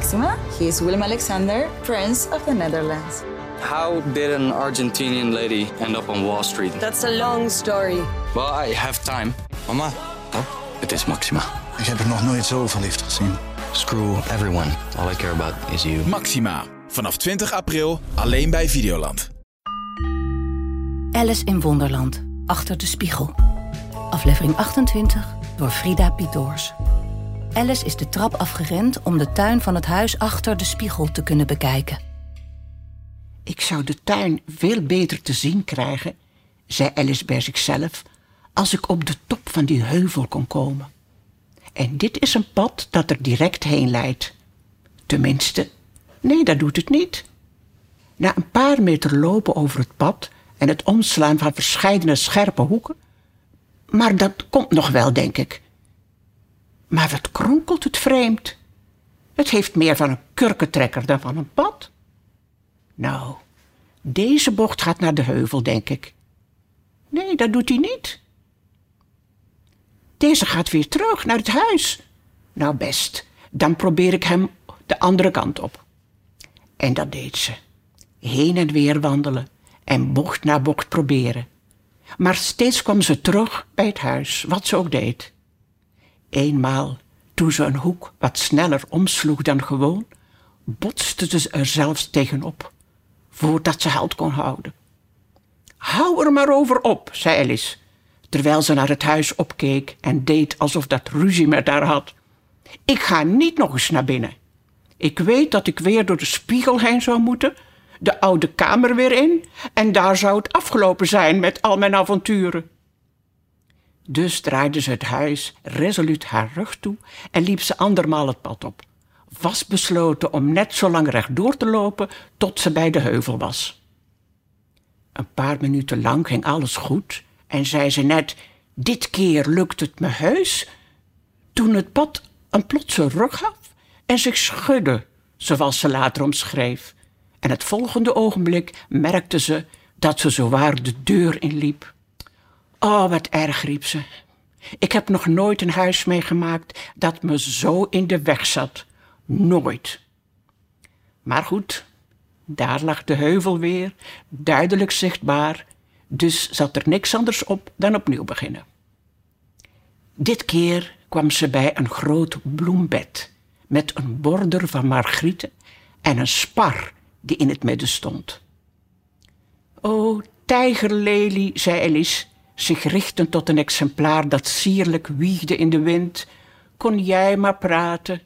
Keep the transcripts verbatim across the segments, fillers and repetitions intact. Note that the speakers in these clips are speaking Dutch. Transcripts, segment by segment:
Maxima. He is Willem-Alexander, Prince of the Netherlands. How did an Argentinian lady end up on Wall Street? That's a long story. Well, I have time. Mama, Oh, het is Maxima. ik heb er nog nooit zo verliefd gezien. Screw everyone. All I care about is you. Maxima. Vanaf twintig april alleen bij Videoland. Alice in Wonderland. Achter de spiegel. Aflevering achtentwintig door Frida Pietors. Alice is de trap afgerend om de tuin van het huis achter de spiegel te kunnen bekijken. Ik zou de tuin veel beter te zien krijgen, zei Alice bij zichzelf, als ik op de top van die heuvel kon komen. En dit is een pad dat er direct heen leidt. Tenminste, nee, dat doet het niet. Na een paar meter lopen over het pad en het omslaan van verscheidene scherpe hoeken, maar dat komt nog wel, denk ik. Maar wat kronkelt het vreemd. Het heeft meer van een kurkentrekker dan van een pad. Nou, deze bocht gaat naar de heuvel, denk ik. Nee, dat doet hij niet. Deze gaat weer terug naar het huis. Nou best, dan probeer ik hem de andere kant op. En dat deed ze. Heen en weer wandelen en bocht na bocht proberen. Maar steeds kwam ze terug bij het huis, wat ze ook deed. Eenmaal, toen ze een hoek wat sneller omsloeg dan gewoon, botste ze er zelfs tegenop, voordat ze halt kon houden. Hou er maar over op, zei Alice, terwijl ze naar het huis opkeek en deed alsof dat ruzie met haar had. Ik ga niet nog eens naar binnen. Ik weet dat ik weer door de spiegel heen zou moeten, de oude kamer weer in, en daar zou het afgelopen zijn met al mijn avonturen. Dus draaide ze het huis resoluut haar rug toe en liep ze andermaal het pad op, vastbesloten om net zo lang rechtdoor te lopen tot ze bij de heuvel was. Een paar minuten lang ging alles goed en zei ze net, dit keer lukt het me heus, toen het pad een plotse rug gaf en zich schudde, zoals ze later omschreef. En het volgende ogenblik merkte ze dat ze zowaar de deur inliep. Oh, wat erg, riep ze. Ik heb nog nooit een huis meegemaakt dat me zo in de weg zat. Nooit. Maar goed, daar lag de heuvel weer, duidelijk zichtbaar, dus zat er niks anders op dan opnieuw beginnen. Dit keer kwam ze bij een groot bloembed met een border van margrieten en een spar die in het midden stond. O, tijgerlelie, zei Alice, zich richtend tot een exemplaar dat sierlijk wiegde in de wind, kon jij maar praten.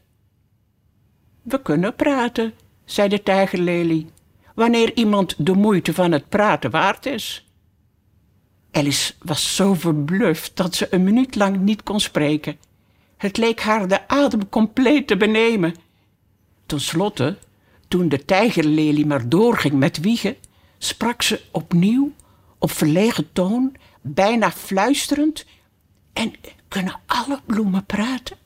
We kunnen praten, zei de tijgerlelie, wanneer iemand de moeite van het praten waard is. Alice was zo verbluft dat ze een minuut lang niet kon spreken. Het leek haar de adem compleet te benemen. Ten slotte, toen de tijgerlelie maar doorging met wiegen, sprak ze opnieuw op verlegen toon, bijna fluisterend, en kunnen alle bloemen praten?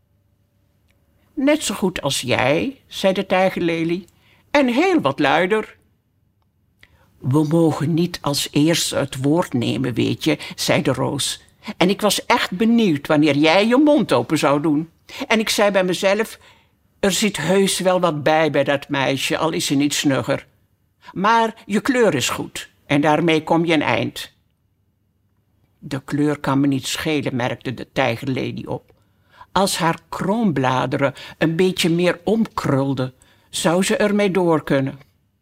Net zo goed als jij, zei de tijgerlelie, en heel wat luider. We mogen niet als eerste het woord nemen, weet je, zei de roos. En ik was echt benieuwd wanneer jij je mond open zou doen. En ik zei bij mezelf, er zit heus wel wat bij bij dat meisje, al is ze niet snugger. Maar je kleur is goed en daarmee kom je een eind. De kleur kan me niet schelen, merkte de tijgerlelie op. Als haar kroonbladeren een beetje meer omkrulden, zou ze ermee door kunnen.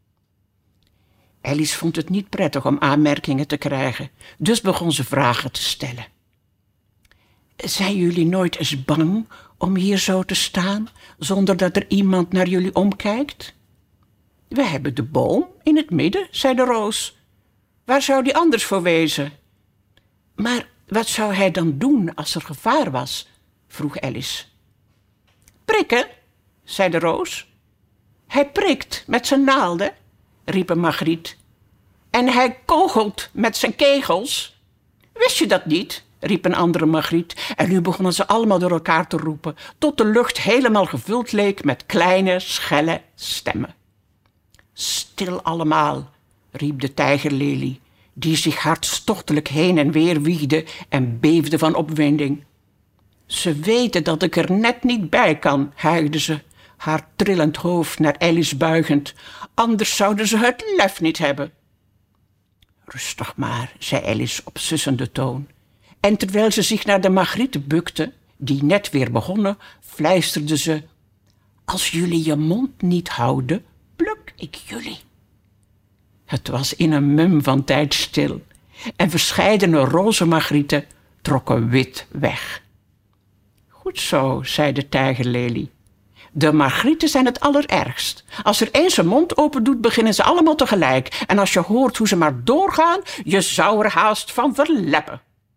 Alice vond het niet prettig om aanmerkingen te krijgen, dus begon ze vragen te stellen. Zijn jullie nooit eens bang om hier zo te staan, zonder dat er iemand naar jullie omkijkt? We hebben de boom in het midden, zei de roos. Waar zou die anders voor wezen? Maar wat zou hij dan doen als er gevaar was? Vroeg Alice. Prikken, zei de roos. Hij prikt met zijn naalden, riep Margriet. En hij kogelt met zijn kegels. Wist je dat niet? Riep een andere Margriet. En nu begonnen ze allemaal door elkaar te roepen, tot de lucht helemaal gevuld leek met kleine, schelle stemmen. Stil allemaal, riep de tijgerlelie, die zich hartstochtelijk heen en weer wiegde en beefde van opwinding. Ze weten dat ik er net niet bij kan, huilde ze, haar trillend hoofd naar Alice buigend. Anders zouden ze het lef niet hebben. Rustig maar, zei Alice op sussende toon. En terwijl ze zich naar de Margriete bukte, die net weer begonnen, fluisterde ze: als jullie je mond niet houden, pluk ik jullie. Het was in een mum van tijd stil en verscheidene roze Margrieten trokken wit weg. Goed zo, zei de tijgerlelie. De Margrieten zijn het allerergst. Als er één zijn mond open doet, beginnen ze allemaal tegelijk. En als je hoort hoe ze maar doorgaan, je zou er haast van verleppen.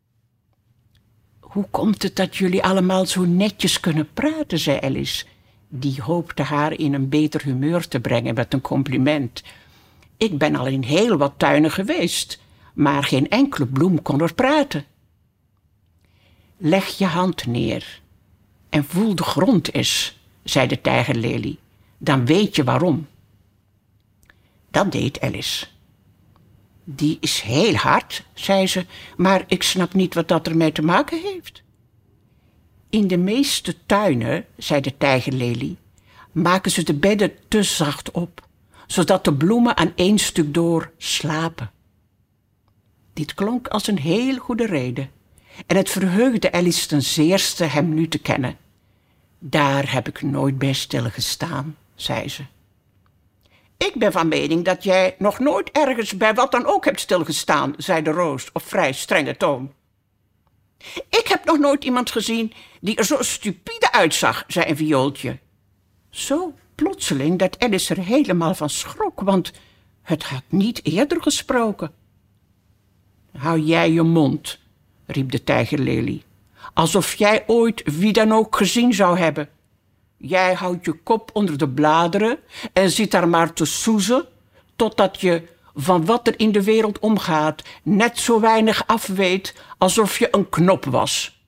Hoe komt het dat jullie allemaal zo netjes kunnen praten, zei Alice. Die hoopte haar in een beter humeur te brengen met een compliment. Ik ben al in heel wat tuinen geweest, maar geen enkele bloem kon er praten. Leg je hand neer en voel de grond eens, zei de tijgerlelie. Dan weet je waarom. Dat deed Alice. Die is heel hard, zei ze, maar ik snap niet wat dat ermee te maken heeft. In de meeste tuinen, zei de tijgerlelie, maken ze de bedden te zacht op, zodat de bloemen aan één stuk door slapen. Dit klonk als een heel goede reden, en het verheugde Alice ten zeerste hem nu te kennen. Daar heb ik nooit bij stilgestaan, zei ze. Ik ben van mening dat jij nog nooit ergens bij wat dan ook hebt stilgestaan, zei de roos op vrij strenge toon. Ik heb nog nooit iemand gezien die er zo stupide uitzag, zei een viooltje. Zo plotseling dat Alice er helemaal van schrok, want het had niet eerder gesproken. Hou jij je mond, riep de tijgerlelie, alsof jij ooit wie dan ook gezien zou hebben. Jij houdt je kop onder de bladeren en zit daar maar te soezen, totdat je van wat er in de wereld omgaat net zo weinig afweet alsof je een knop was.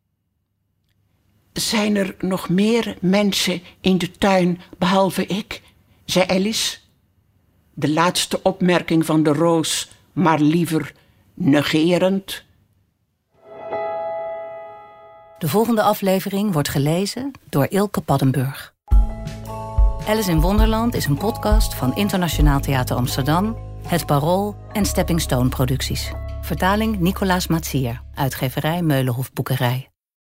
Zijn er nog meer mensen in de tuin behalve ik, zei Alice. De laatste opmerking van de roos, maar liever negerend. De volgende aflevering wordt gelezen door Ilke Paddenburg. Alice in Wonderland is een podcast van Internationaal Theater Amsterdam, Het Parool en Stepping Stone Producties. Vertaling Nicolaas Matsier, uitgeverij Meulenhof Boekerij.